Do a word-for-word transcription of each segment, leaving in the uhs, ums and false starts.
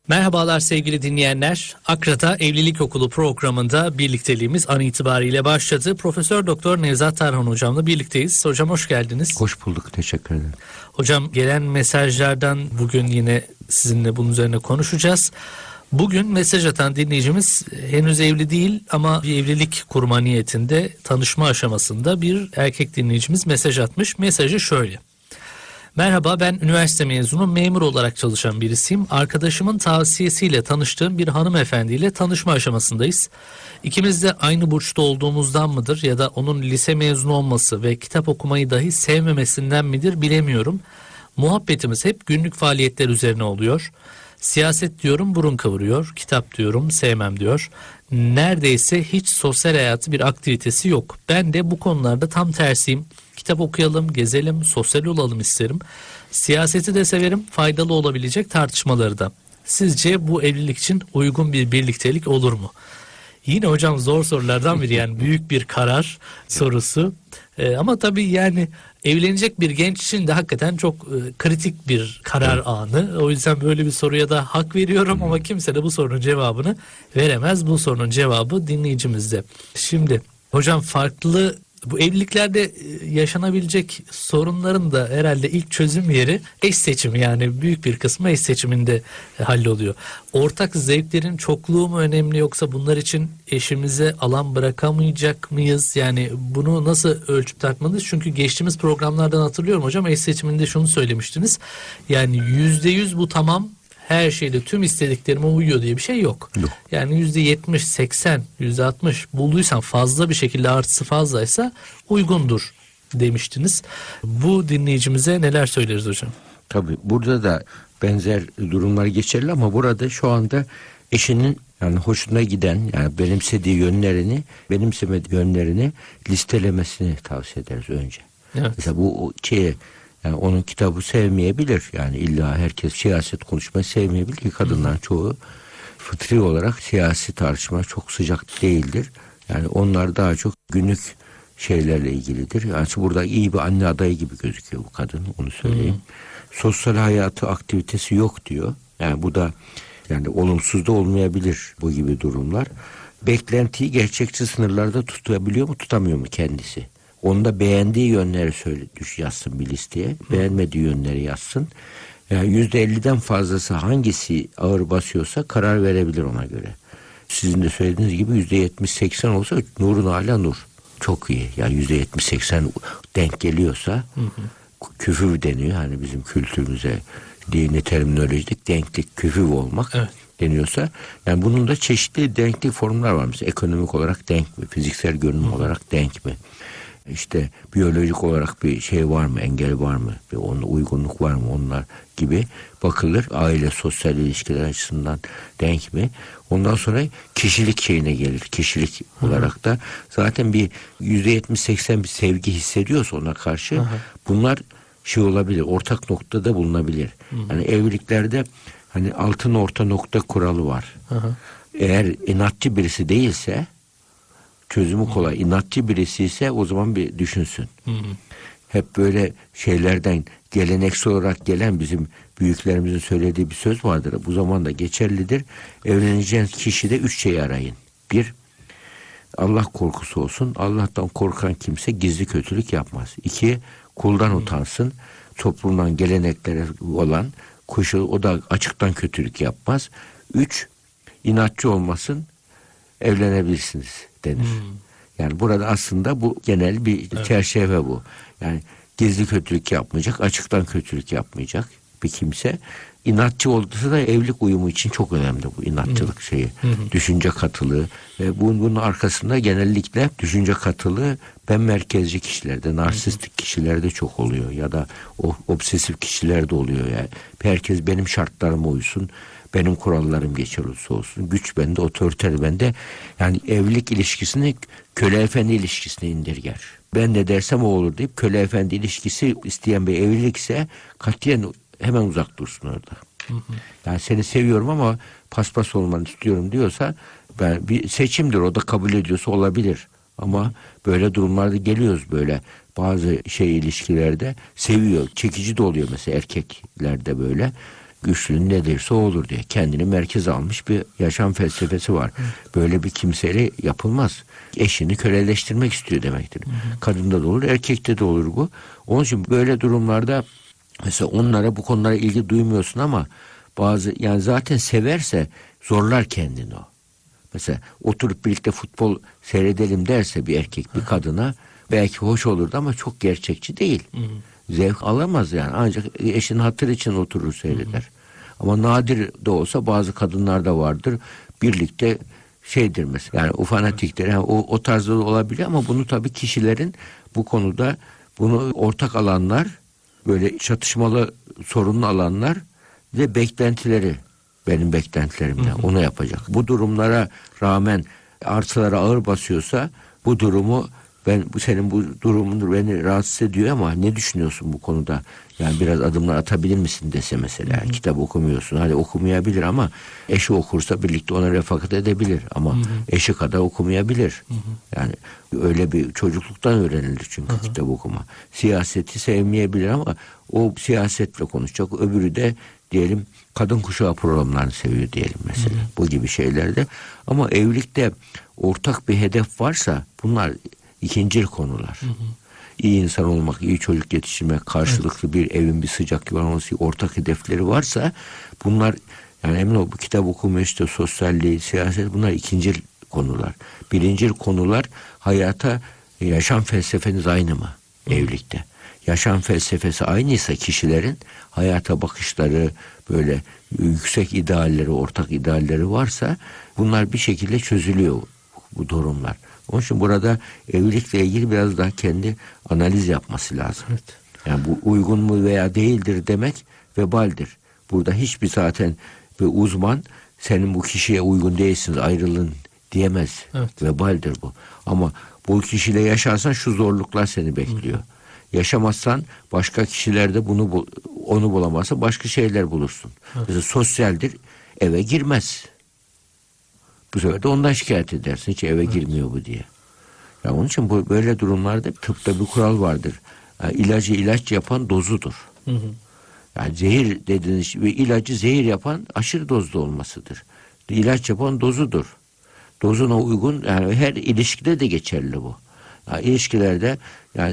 Merhabalar sevgili dinleyenler. Akra'da Evlilik Okulu programında birlikteliğimiz an itibariyle başladı. Profesör Doktor Nevzat Tarhan hocamla birlikteyiz. Hocam hoş geldiniz. Hoş bulduk, teşekkür ederim. Hocam gelen mesajlardan bugün yine sizinle bunun üzerine konuşacağız. Bugün mesaj atan dinleyicimiz henüz evli değil ama bir evlilik kurma niyetinde, tanışma aşamasında bir erkek dinleyicimiz mesaj atmış. Mesajı şöyle. Merhaba, ben üniversite mezunu, memur olarak çalışan birisiyim. Arkadaşımın tavsiyesiyle tanıştığım bir hanımefendiyle tanışma aşamasındayız. İkimiz de aynı burçta olduğumuzdan mıdır ya da onun lise mezunu olması ve kitap okumayı dahi sevmemesinden midir bilemiyorum. Muhabbetimiz hep günlük faaliyetler üzerine oluyor. Siyaset diyorum burun kıvırıyor, kitap diyorum sevmem diyor. Neredeyse hiç sosyal hayatı bir aktivitesi yok. Ben de bu konularda tam tersiyim. Kitap okuyalım, gezelim, sosyal olalım isterim. Siyaseti de severim, faydalı olabilecek tartışmaları da. Sizce bu evlilik için uygun bir birliktelik olur mu? Yine hocam zor sorulardan biri, yani büyük bir karar sorusu. Ee, ama tabii yani evlenecek bir genç için de hakikaten çok e, kritik bir karar evet. anı. O yüzden böyle bir soruya da hak veriyorum hmm. ama kimse de bu sorunun cevabını veremez. Bu sorunun cevabı dinleyicimizde. Şimdi hocam farklı bu evliliklerde yaşanabilecek sorunların da herhalde ilk çözüm yeri eş seçimi, yani büyük bir kısmı eş seçiminde halloluyor. Ortak zevklerin çokluğu mu önemli, yoksa bunlar için eşimize alan bırakamayacak mıyız? Yani bunu nasıl ölçüp tartmalıyız? Çünkü geçtiğimiz programlardan hatırlıyorum hocam, eş seçiminde şunu söylemiştiniz. Yani yüzde yüz bu tamam, her şeyde tüm istediklerime uyuyor diye bir şey yok. yok. Yani yüzde yetmiş, seksen, yüzde altmış bulduysan, fazla bir şekilde artısı fazlaysa uygundur demiştiniz. Bu dinleyicimize neler söyleriz hocam? Tabii burada da benzer durumlar geçerli ama burada şu anda eşinin yani hoşuna giden, yani benimsediği yönlerini, benimsemediği yönlerini listelemesini tavsiye ederiz önce. Evet. Mesela bu şeye, yani onun kitabı sevmeyebilir. Yani illa herkes siyaset konuşmayı sevmeyebilir ki kadınlar çoğu fıtri olarak siyasi tartışma çok sıcak değildir. Yani onlar daha çok günlük şeylerle ilgilidir. Yani burada iyi bir anne adayı gibi gözüküyor bu kadın, onu söyleyeyim. Hmm. Sosyal hayatı, aktivitesi yok diyor. Yani bu da yani olumsuz da olmayabilir bu gibi durumlar. Beklentiyi gerçekçi sınırlarda tutabiliyor mu, tutamıyor mu kendisi? Onda beğendiği yönleri söyle, düş yazsın bir listeye. Hı. Beğenmediği yönleri yazsın. Yani yüzde elliden fazlası hangisi ağır basıyorsa karar verebilir ona göre. Sizin de söylediğiniz gibi yüzde yetmiş seksen olsa nurun hala nur. Çok iyi. Yani yüzde yetmiş seksen denk geliyorsa hı hı. küfüv deniyor. Hani bizim kültürümüze dini terminolojik denklik, küfüv olmak evet. deniyorsa. Yani bunun da çeşitli denklik formlar var. Mesela ekonomik olarak denk mi? Fiziksel görünüm hı hı. olarak denk mi? İşte biyolojik olarak bir şey var mı, engel var mı, bir onun uygunluk var mı, onlar gibi bakılır. Aile, sosyal ilişkiler açısından denk mi? Ondan sonra kişilik şeyine gelir. Kişilik Hı-hı. olarak da zaten bir yüzde yetmiş seksen bir sevgi hissediyorsa ona karşı Hı-hı. bunlar şey olabilir, ortak noktada bulunabilir. Hı-hı. Yani evliliklerde hani altın orta nokta kuralı var. Hı-hı. Eğer inatçı birisi değilse, çözümü kolay. İnatçı birisi ise o zaman bir düşünsün. Hı hı. Hep böyle şeylerden geleneksel olarak gelen bizim büyüklerimizin söylediği bir söz vardır. Bu zamanda geçerlidir. Evleneceğiniz kişide üç şey arayın. Bir, Allah korkusu olsun. Allah'tan korkan kimse gizli kötülük yapmaz. İki, kuldan hı. utansın. Toplumdan geleneklere olan koşul, o da açıktan kötülük yapmaz. Üç, inatçı olmasın. Evlenebilirsiniz denir. Hmm. Yani burada aslında bu genel bir evet. çerçeve bu. Yani gizli kötülük yapmayacak, açıktan kötülük yapmayacak bir kimse. İnatçı olduysa da evlilik uyumu için çok önemli bu inatçılık hmm. şeyi. Hmm. Düşünce katılığı. Ve bunun, bunun arkasında genellikle düşünce katılığı ben merkezci kişilerde, narsistik hmm. kişilerde çok oluyor. Ya da o obsesif kişilerde oluyor. Yani herkes benim şartlarıma uysun. Benim kurallarım geçerlisi olsun. Güç bende, otoriter bende. Yani evlilik ilişkisini köle efendi ilişkisine indirger. Ben ne dersem o olur deyip köle efendi ilişkisi isteyen bir evlilikse katiyen hemen uzak dursun orada. Hı hı. Yani seni seviyorum ama paspas olmanı istiyorum diyorsa ben bir seçimdir, o da kabul ediyorsa olabilir. Ama böyle durumlarda geliyoruz böyle bazı şey ilişkilerde seviyor, çekici de oluyor mesela erkeklerde böyle. Güçlünün ne derse o olur diye kendini merkeze almış bir yaşam felsefesi var. Böyle bir kimseyle yapılmaz. Eşini köleleştirmek istiyor demektir. Kadında da olur, erkekte de olur bu. Onun için böyle durumlarda mesela onlara, bu konulara ilgi duymuyorsun ama bazı, yani zaten severse zorlar kendini o. Mesela oturup birlikte futbol seyredelim derse bir erkek bir kadına belki hoş olurdu ama çok gerçekçi değil. Hı hı. Zevk alamaz yani. Ancak eşinin hatırı için oturur seyreder. Hı hı. Ama nadir de olsa bazı kadınlar da vardır. Birlikte şeydir mesela. Yani o fanatikler, yani o, o tarzda da olabilir ama bunu tabii kişilerin bu konuda, bunu ortak alanlar, böyle çatışmalı, sorunlu alanlar ve beklentileri, benim beklentilerimden hı hı. onu yapacak. Bu durumlara rağmen artılara ağır basıyorsa bu durumu, ben bu senin bu durumun beni rahatsız ediyor ama ne düşünüyorsun bu konuda? Yani biraz adımlar atabilir misin dese mesela. Hı hı. Kitap okumuyorsun. Hadi okumayabilir ama eşi okursa birlikte ona refakat edebilir. Ama hı hı. eşi kadar okumayabilir. Hı hı. Yani öyle bir çocukluktan öğrenilir çünkü hı hı. kitap okuma. Siyaseti sevmeyebilir ama o siyasetle konuşacak. Öbürü de diyelim kadın kuşağı programlarını seviyor diyelim mesela. Hı hı. Bu gibi şeylerde. Ama evlilikte ortak bir hedef varsa bunlar ikincil konular. Hı hı. İyi insan olmak, iyi çocuk yetiştirmek, karşılıklı evet. bir evin bir sıcak yuvan olması, ortak hedefleri varsa bunlar, yani emin ol, bu kitap okuma, işte sosyalliği, siyaset, bunlar ikincil konular. Birincil konular hayata, yaşam felsefeniz aynı mı hı. evlilikte? Yaşam felsefesi aynıysa kişilerin hayata bakışları, böyle yüksek idealleri, ortak idealleri varsa bunlar bir şekilde çözülüyor, bu durumlar. Onun için burada evlilikle ilgili biraz daha kendi analiz yapması lazım. Evet. Yani bu uygun mu veya değildir demek vebaldir. Burada hiçbir zaten bir uzman senin bu kişiye uygun değilsiniz, ayrılın diyemez. Evet. Vebaldir bu. Ama bu kişiyle yaşarsan şu zorluklar seni bekliyor. Hı. Yaşamazsan başka kişilerde bunu, onu bulamazsa başka şeyler bulursun. Evet. Mesela sosyaldir, eve girmez. Bu sefer de ondan şikayet edersin. Hiç eve evet. girmiyor bu diye. Ya onun için bu böyle durumlarda tıpta bir kural vardır. Yani ilacı ilaç yapan dozudur. Hı hı. Yani zehir dediğiniz ve ilacı zehir yapan aşırı dozda olmasıdır. İlaç yapan dozudur. Dozuna uygun, yani her ilişkide de geçerli bu. Yani ilişkilerde yani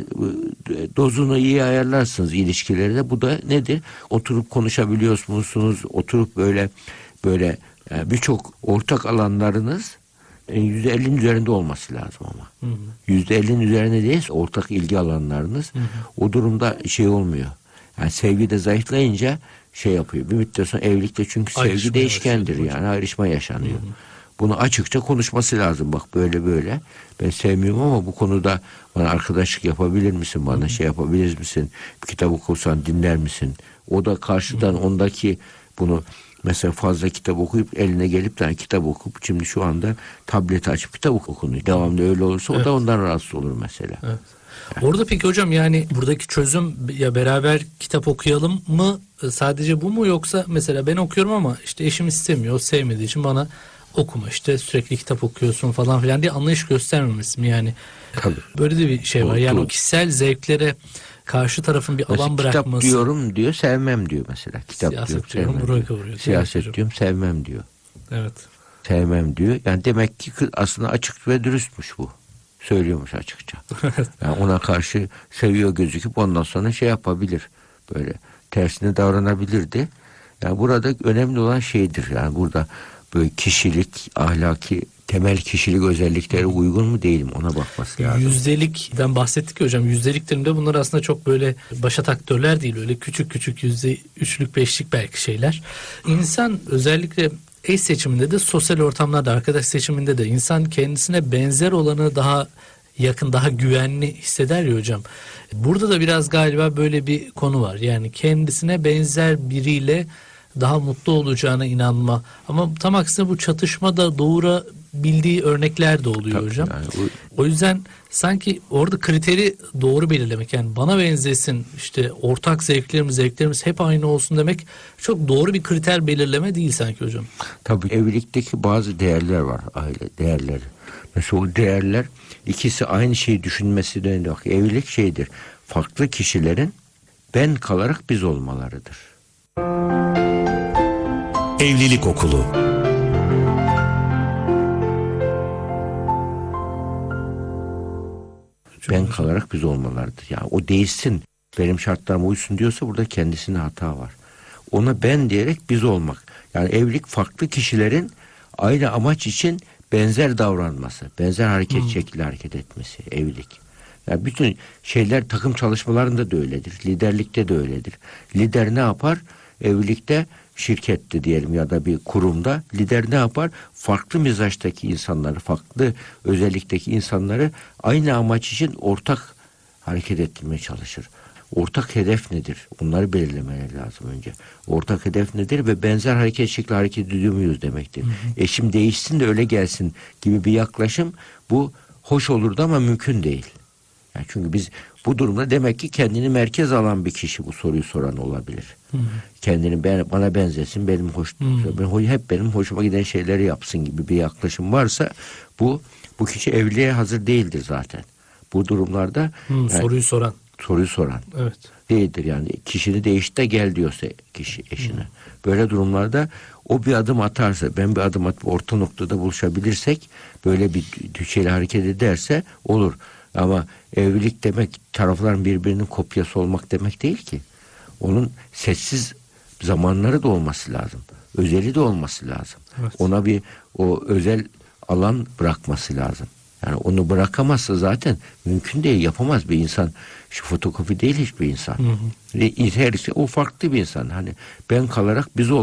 dozunu iyi ayarlarsınız ilişkilerde. Bu da nedir? Oturup konuşabiliyor musunuz? Oturup böyle böyle yani birçok ortak alanlarınız yüzde ellinin üzerinde olması lazım ama. Yüzde ellinin üzerinde değilse ortak ilgi alanlarınız, hı hı. o durumda şey olmuyor. Yani sevgi de zayıflayınca şey yapıyor. Bir müddet sonra evlilikte, çünkü sevgi ayrışma değişkendir yani, ayrışma yaşanıyor. Hı hı. Bunu açıkça konuşması lazım. Bak böyle böyle. Ben sevmiyorum ama bu konuda bana arkadaşlık yapabilir misin? Bana hı hı. şey yapabilir misin? Bir kitap okursan dinler misin? O da karşıdan hı hı. ondaki bunu, mesela fazla kitap okuyup eline gelip de kitap okup şimdi şu anda tableti açıp kitap okunuyor. Devamlı öyle olursa evet. o da ondan rahatsız olur mesela. Evet. Yani. Orada peki hocam, yani buradaki çözüm ya beraber kitap okuyalım mı, sadece bu mu, yoksa mesela ben okuyorum ama işte eşim istemiyor, sevmediği için bana okuma, işte sürekli kitap okuyorsun falan filan diye anlayış göstermemesi mi yani? Tabii. Böyle de bir şey var. O, yani o, o kişisel zevklere karşı tarafın bir mesela alan bırakması. Kitap diyorum diyor, sevmem diyor mesela. Kitap Siyaset diyorum, diyorum, sevmem diyor. diyor. Siyaset diyorum, sevmem diyor. Evet. Sevmem diyor. Yani demek ki aslında açık ve dürüstmüş bu. Söylüyormuş açıkça. Yani ona karşı seviyor gözüküp ondan sonra şey yapabilir. Böyle tersine davranabilirdi. Yani burada önemli olan şeydir. Yani burada böyle kişilik, ahlaki, temel kişilik özellikleri Hı. uygun mu değil mi, ona bakması lazım. Yüzdelikten bahsettik ya hocam. Yüzdeliklerinde bunlar aslında çok böyle başat aktörler değil. Öyle küçük küçük yüzde üçlük beşlik belki şeyler. İnsan özellikle eş seçiminde de, sosyal ortamlarda arkadaş seçiminde de insan kendisine benzer olanı daha yakın, daha güvenli hisseder ya hocam. Burada da biraz galiba böyle bir konu var. Yani kendisine benzer biriyle daha mutlu olacağına inanma. Ama tam aksine bu çatışma da doğurabildiği örnekler de oluyor Tabii hocam. Yani o... o yüzden sanki orada kriteri doğru belirlemek, yani bana benzesin, işte ortak zevklerimiz zevklerimiz hep aynı olsun demek çok doğru bir kriter belirleme değil sanki hocam. Tabii evlilikteki bazı değerler var, aile değerleri. Mesela o değerler ikisi aynı şeyi düşünmesinden yok. Evlilik şeydir. Farklı kişilerin ben kalarak biz olmalarıdır. Evlilik Okulu. Ben kalarak biz olmalardı. Ya o değişsin, benim şartlarıma uysun diyorsa burada kendisine hata var. Ona ben diyerek biz olmak. Yani evlilik farklı kişilerin aynı amaç için benzer davranması, benzer hareket hmm. şekilde hareket etmesi evlilik. Yani bütün şeyler takım çalışmalarında da öyledir. Liderlikte de öyledir. Lider ne yapar? Evlilikte, şirkette diyelim ya da bir kurumda lider ne yapar? Farklı mizaçtaki insanları, farklı özellikteki insanları aynı amaç için ortak hareket ettirmeye çalışır. Ortak hedef nedir? Bunları belirlemeleri lazım önce. Ortak hedef nedir ve benzer hareket şekli hareket ediyor muyuz demektir. Hı hı. Eşim değişsin de öyle gelsin gibi bir yaklaşım, bu hoş olurdu ama mümkün değil. Yani çünkü biz bu durumda demek ki kendini merkez alan bir kişi bu soruyu soran olabilir. Hı hı. Kendini ben, bana benzesin, benim hoş, ben, hep benim hoşuma giden şeyleri yapsın gibi bir yaklaşım varsa bu bu kişi evliliğe hazır değildir zaten. Bu durumlarda hı, yani, soruyu soran. Soruyu soran. Evet. Değildir yani. Kişini değişti de gel diyorsa kişi eşine. Hı. Böyle durumlarda o bir adım atarsa, ben bir adım atıp orta noktada buluşabilirsek, böyle bir şeyle hareket ederse olur. Ama evlilik demek tarafların birbirinin kopyası olmak demek değil ki. Onun sessiz zamanları da olması lazım. Özeli de olması lazım. Evet. Ona bir o özel alan bırakması lazım. Yani onu bırakamazsa zaten mümkün değil, yapamaz bir insan. Şu fotokopi değil hiçbir insan. Hı hı. Her şey, o farklı bir insan. Hani ben kalarak biz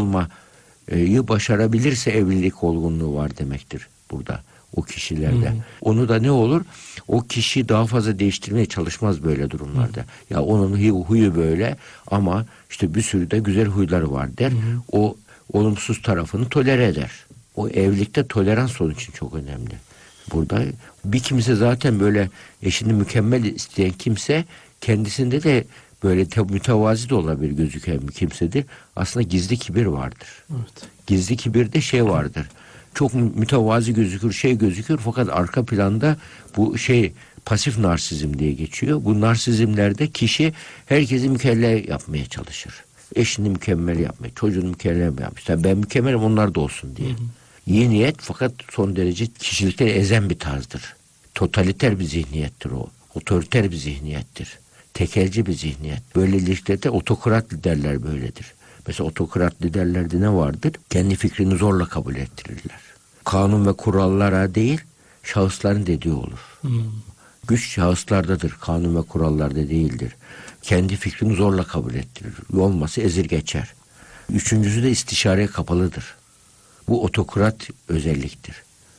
olmayı başarabilirse evlilik olgunluğu var demektir burada o kişilerde. Hı hı. Onu da ne olur? O kişi daha fazla değiştirmeye çalışmaz böyle durumlarda. Hı. Ya onun huyu, huyu böyle ama işte bir sürü de güzel huyları var der. Hı hı. O olumsuz tarafını tolere eder. O evlilikte tolerans onun için çok önemli. Burada bir kimse zaten böyle eşini mükemmel isteyen kimse kendisinde de böyle mütevazi de olabilir gözüken bir kimsedir. Aslında gizli kibir vardır. Evet. Gizli kibirde şey vardır. Çok mütevazi gözükür, şey gözükür fakat arka planda bu şey pasif narsizm diye geçiyor. Bu narsizmlerde kişi herkesi mükemmel yapmaya çalışır. Eşini mükemmel yapmaya, çocuğunu mükemmel yapmaya. Yani ben mükemmelim, onlar da olsun diye. Hı hı. İyi niyet fakat son derece kişilikleri ezen bir tarzdır. Totaliter bir zihniyettir o. Otoriter bir zihniyettir. Tekelci bir zihniyet. Böyle ilişkilerde otokrat liderler böyledir. Mesela otokrat liderlerde ne vardır? Kendi fikrini zorla kabul ettirirler. Kanun ve kurallara değil, şahısların dediği olur. Hmm. Güç şahıslardadır, kanun ve kurallarda değildir. Kendi fikrini zorla kabul ettirir. Olması ezir geçer. Üçüncüsü de istişareye kapalıdır. Bu otokrat özelliktir.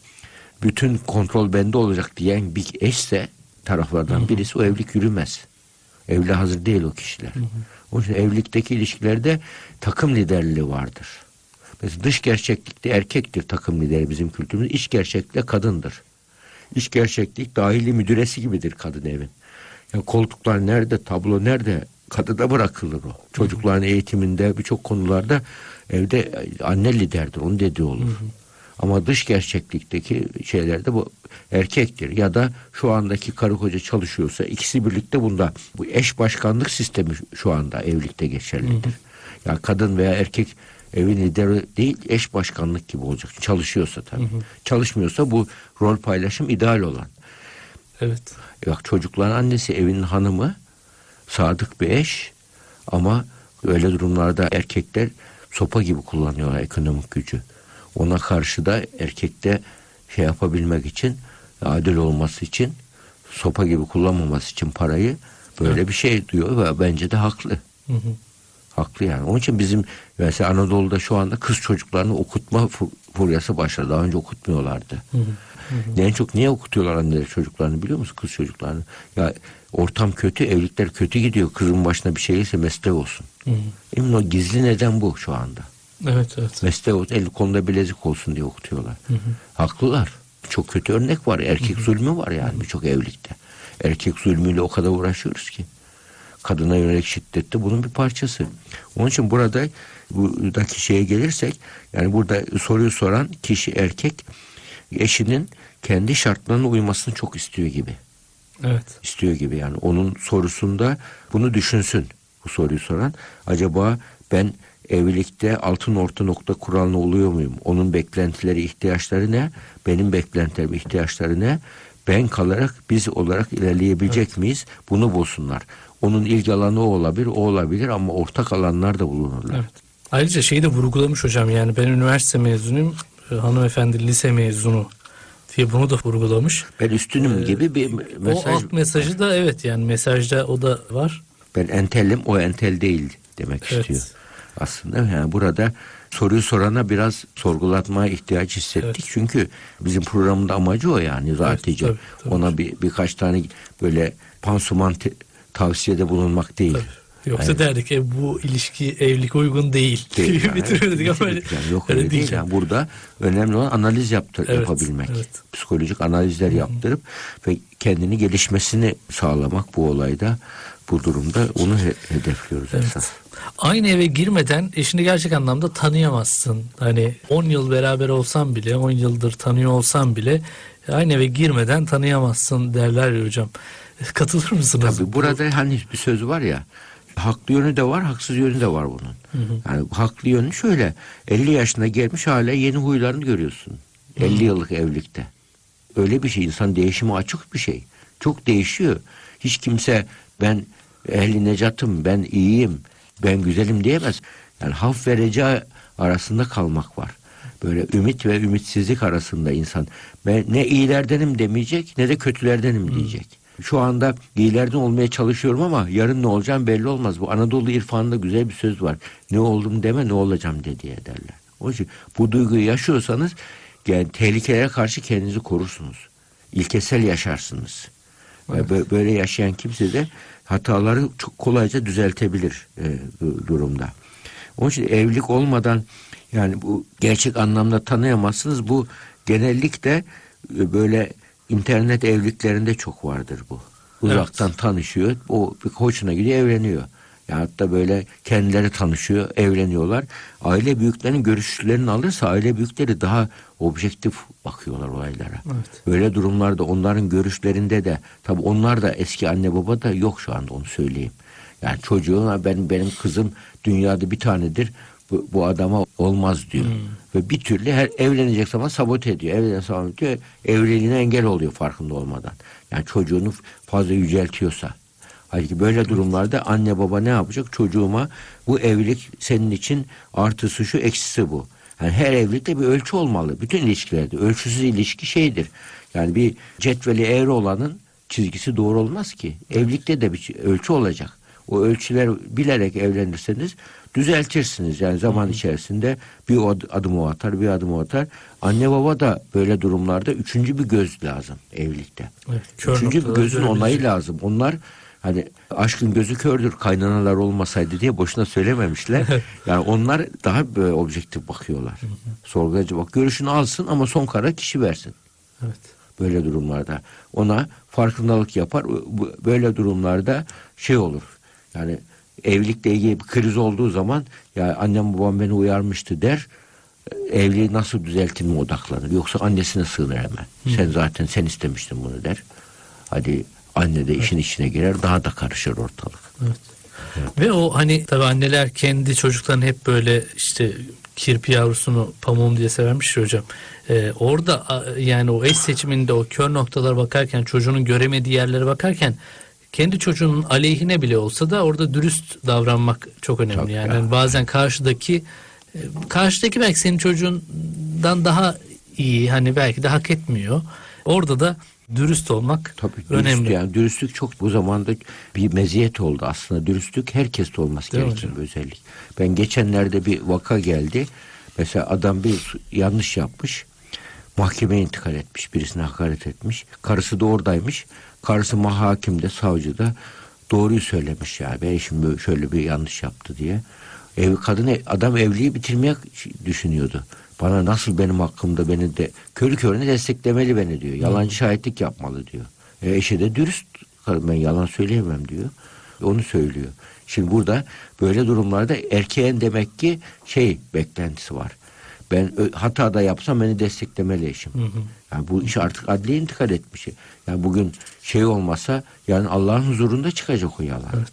Bütün kontrol bende olacak diyen bir eşse taraflardan hı-hı, birisi, o evlilik yürümez. Evli hazır değil o kişiler. Hı hı. O yüzden evlilikteki ilişkilerde takım liderliği vardır. Mesela dış gerçeklikte erkektir takım lideri bizim kültürümüz. İç gerçeklikte kadındır. İç gerçeklik dahili müdüresi gibidir kadın evin. Yani koltuklar nerede, tablo nerede, kadına bırakılır o. Çocukların hı hı. eğitiminde birçok konularda evde anne liderdir, onun dediği olur. Hı hı. Ama dış gerçeklikteki şeylerde bu erkektir. Ya da şu andaki karı koca çalışıyorsa ikisi birlikte bunda. Bu eş başkanlık sistemi şu anda evlilikte geçerlidir. Hı hı. Yani kadın veya erkek evin lideri değil, eş başkanlık gibi olacak. Çalışıyorsa tabii. Hı hı. Çalışmıyorsa bu rol paylaşım ideal olan. Evet. Bak, çocukların annesi, evin hanımı, sadık bir eş ama öyle durumlarda erkekler sopa gibi kullanıyorlar ekonomik gücü. Ona karşı da erkekte şey yapabilmek için, adil olması için, sopa gibi kullanmaması için parayı böyle evet. bir şey diyor ve bence de haklı. Hı hı. Haklı yani. Onun için bizim mesela Anadolu'da şu anda kız çocuklarını okutma furyası başladı. Daha önce okutmuyorlardı. Hı hı. Hı hı. En çok niye okutuyorlar anneler çocuklarını biliyor musun? Kız çocuklarını. Ya ortam kötü, evlilikler kötü gidiyor. Kızın başına bir şey gelirse meslek olsun. Hı hı. Emin o gizli neden bu şu anda. Evet, evet. Meslek olsun, el konuda bilezik olsun diye okutuyorlar. Hı hı. Haklılar. Çok kötü örnek var. Erkek hı hı. zulmü var yani birçok evlilikte. Erkek zulmüyle o kadar uğraşıyoruz ki. Kadına yönelik şiddette bunun bir parçası. Onun için burada buradaki şeye gelirsek, yani burada soruyu soran kişi erkek, eşinin kendi şartlarına uymasını çok istiyor gibi. Evet. İstiyor gibi yani. Onun sorusunda bunu düşünsün bu soruyu soran. Acaba ben evlilikte altın orta nokta kuran oluyor muyum? Onun beklentileri, ihtiyaçları ne? Benim beklentilerim, ihtiyaçları ne? Ben kalarak biz olarak ilerleyebilecek evet. miyiz? Bunu bulsunlar. Onun ilgi alanı o olabilir, o olabilir ama ortak alanlar da bulunurlar. Evet. Ayrıca şeyi de vurgulamış hocam, yani ben üniversite mezunuyum, hanımefendi lise mezunu diye bunu da vurgulamış. Ben üstünüm ee, gibi bir mesaj. O alt mesajı da evet, yani mesajda o da var. Ben entelim, o entel değil demek evet. istiyor. Aslında yani burada soruyu sorana biraz sorgulatmaya ihtiyaç hissettik. Evet. Çünkü bizim programın da amacı o yani zaten. Evet, ona bir birkaç tane böyle pansuman te- tavsiyede bulunmak değil. Tabii. Yoksa yani, derdik ki bu ilişki evlilik uygun değil. değil yani, bitirirdik ama yani, yok öyle, öyle değil. Yani. Burada önemli olan analiz yaptır, evet, yapabilmek. Evet. Psikolojik analizler Hı-hı. yaptırıp ve kendini gelişmesini sağlamak bu olayda, bu durumda onu he- hedefliyoruz evet. esas. Aynı eve girmeden eşini gerçek anlamda tanıyamazsın. Hani on yıl beraber olsan bile, on yıldır tanıyor olsan bile aynı eve girmeden tanıyamazsın derler ya hocam. Katılır mısınız? Tabii burada hani bir söz var ya, haklı yönü de var, haksız yönü de var bunun. Hı hı. Yani haklı yönü şöyle, elli yaşına gelmiş hala yeni huylarını görüyorsun. Hı. elli yıllık evlilikte. Öyle bir şey, insan değişime açık bir şey. Çok değişiyor. Hiç kimse ben ehli necatım, ben iyiyim, ben güzelim diyemez. Yani haf ve reca arasında kalmak var. Böyle ümit ve ümitsizlik arasında insan. Ben ne iyilerdenim demeyecek, ne de kötülerdenim diyecek. Hı. Şu anda iyilerden olmaya çalışıyorum ama yarın ne olacağım belli olmaz. Bu Anadolu irfanında güzel bir söz var. Ne oldum deme, ne olacağım de diye derler. Onun için bu duyguyu yaşıyorsanız yani tehlikelere karşı kendinizi korursunuz. İlkesel yaşarsınız. Evet. Ve böyle yaşayan kimse de hataları çok kolayca düzeltebilir e, durumda. Onun için evlilik olmadan yani bu gerçek anlamda tanıyamazsınız. Bu genellikle e, böyle internet evliliklerinde çok vardır bu. Uzaktan evet. tanışıyor, o hoşuna gidiyor, evleniyor. Ya hatta böyle kendileri tanışıyor, evleniyorlar. Aile büyüklerinin görüşlerini alırsa aile büyükleri daha objektif bakıyorlar olaylara. Evet. Böyle durumlarda onların görüşlerinde de tabii onlar da eski anne baba da yok şu anda, onu söyleyeyim. Yani çocuğuna ben benim kızım dünyada bir tanedir. Bu, bu adama olmaz diyor. Hmm. Ve bir türlü her evlenecek zaman sabote ediyor. Evlenecek zaman diyor, evliliğine engel oluyor farkında olmadan. Yani çocuğunu fazla yüceltiyorsa. Halbuki böyle durumlarda anne baba ne yapacak? Çocuğuma bu evlilik senin için artısı şu, eksisi bu. Yani her evlilikte bir ölçü olmalı. Bütün ilişkilerde ölçüsüz ilişki şeydir. Yani bir cetveli eğri olanın çizgisi doğru olmaz ki. Evlilikte de bir ölçü olacak. O ölçüler bilerek evlenirseniz düzeltirsiniz. Yani zaman içerisinde bir adım o atar, bir adım o atar. Anne baba da böyle durumlarda üçüncü bir göz lazım evlilikte. Evet, üçüncü bir gözün onayı lazım. Onlar hani aşkın gözü kördür, kaynanalar olmasaydı diye boşuna söylememişler. Yani onlar daha böyle objektif bakıyorlar. Sorgulayıcı bak, görüşünü alsın ama son karar kişi versin. Evet. Böyle durumlarda ona farkındalık yapar. Böyle durumlarda şey olur. Yani evlilikle ilgili bir kriz olduğu zaman ya annem babam beni uyarmıştı der. Evliliği nasıl düzeltime odaklanır. Yoksa annesine sığınır hemen. Hı. Sen zaten sen istemiştin bunu der. Hadi anne de işin evet. içine girer, daha da karışır ortalık. Evet. Evet. Ve o hani tabii anneler kendi çocuklarını hep böyle işte kirpi yavrusunu pamuğum diye severmiş ya hocam. Ee, orada yani o eş seçiminde o kör noktalara bakarken, çocuğunun göremediği yerlere bakarken kendi çocuğunun aleyhine bile olsa da orada dürüst davranmak çok önemli. Çok yani ya. Bazen karşıdaki karşıdaki belki senin çocuğundan daha iyi, hani belki de hak etmiyor. Orada da dürüst olmak Tabii, önemli. Dürüst, yani dürüstlük çok bu zamanda bir meziyet oldu aslında. Dürüstlük herkeste olması Değil gereken bir özellik. Ben geçenlerde bir vaka geldi. Mesela adam bir yanlış yapmış. Mahkemeye intikal etmiş. Birisine hakaret etmiş. Karısı da oradaymış. Karısı mahakimde, savcıda doğruyu söylemiş ya. Ben eşim şöyle bir yanlış yaptı diye. Ev, kadın, adam evliliği bitirmeye düşünüyordu. Bana nasıl benim hakkımda beni de körü körüne desteklemeli beni diyor. Yalancı şahitlik yapmalı diyor. E, eşi de dürüst. Ben yalan söyleyemem diyor. Onu söylüyor. Şimdi burada böyle durumlarda erkeğin demek ki şey beklentisi var. Ben hata da yapsam beni desteklemeli eşim. Hı hı. Yani bu iş artık adliye intikal etmiş. Yani bugün şey olmasa yani Allah'ın huzurunda çıkacak o yalan. Evet.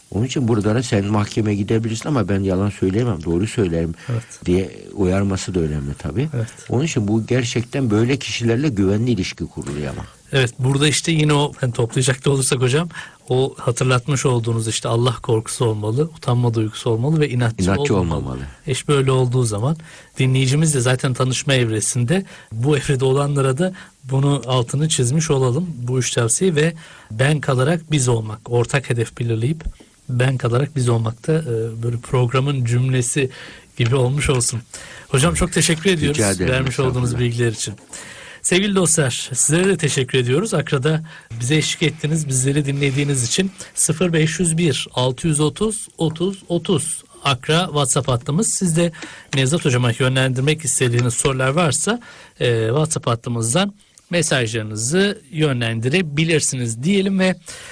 Onun için burada sen mahkemeye gidebilirsin ama ben yalan söyleyemem, doğru söylerim Evet. diye uyarması da önemli tabii. Evet. Onun için bu gerçekten böyle kişilerle güvenli ilişki kuruluyor ama. Evet, burada işte yine o, hani toplayacak da olursak hocam, o hatırlatmış olduğunuz işte Allah korkusu olmalı, utanma duygusu olmalı ve inatçı, İnatçı olmamalı. olmamalı. İş böyle olduğu zaman dinleyicimiz de zaten tanışma evresinde bu evrede olanlara da bunu altını çizmiş olalım, bu üç tavsiye ve ben kalarak biz olmak, ortak hedef belirleyip ben kalarak biz olmakta e, böyle programın cümlesi gibi olmuş olsun. Hocam çok teşekkür ediyoruz ederim, vermiş olduğunuz estağfurullah. bilgiler için. Sevgili dostlar, sizlere de teşekkür ediyoruz. Akra'da bize eşlik ettiniz, bizleri dinlediğiniz için. Sıfır beş yüz bir altı yüz otuz otuz otuz Akra WhatsApp hattımız. Siz de Nevzat Hocam'a yönlendirmek istediğiniz sorular varsa e, WhatsApp hattımızdan mesajlarınızı yönlendirebilirsiniz diyelim ve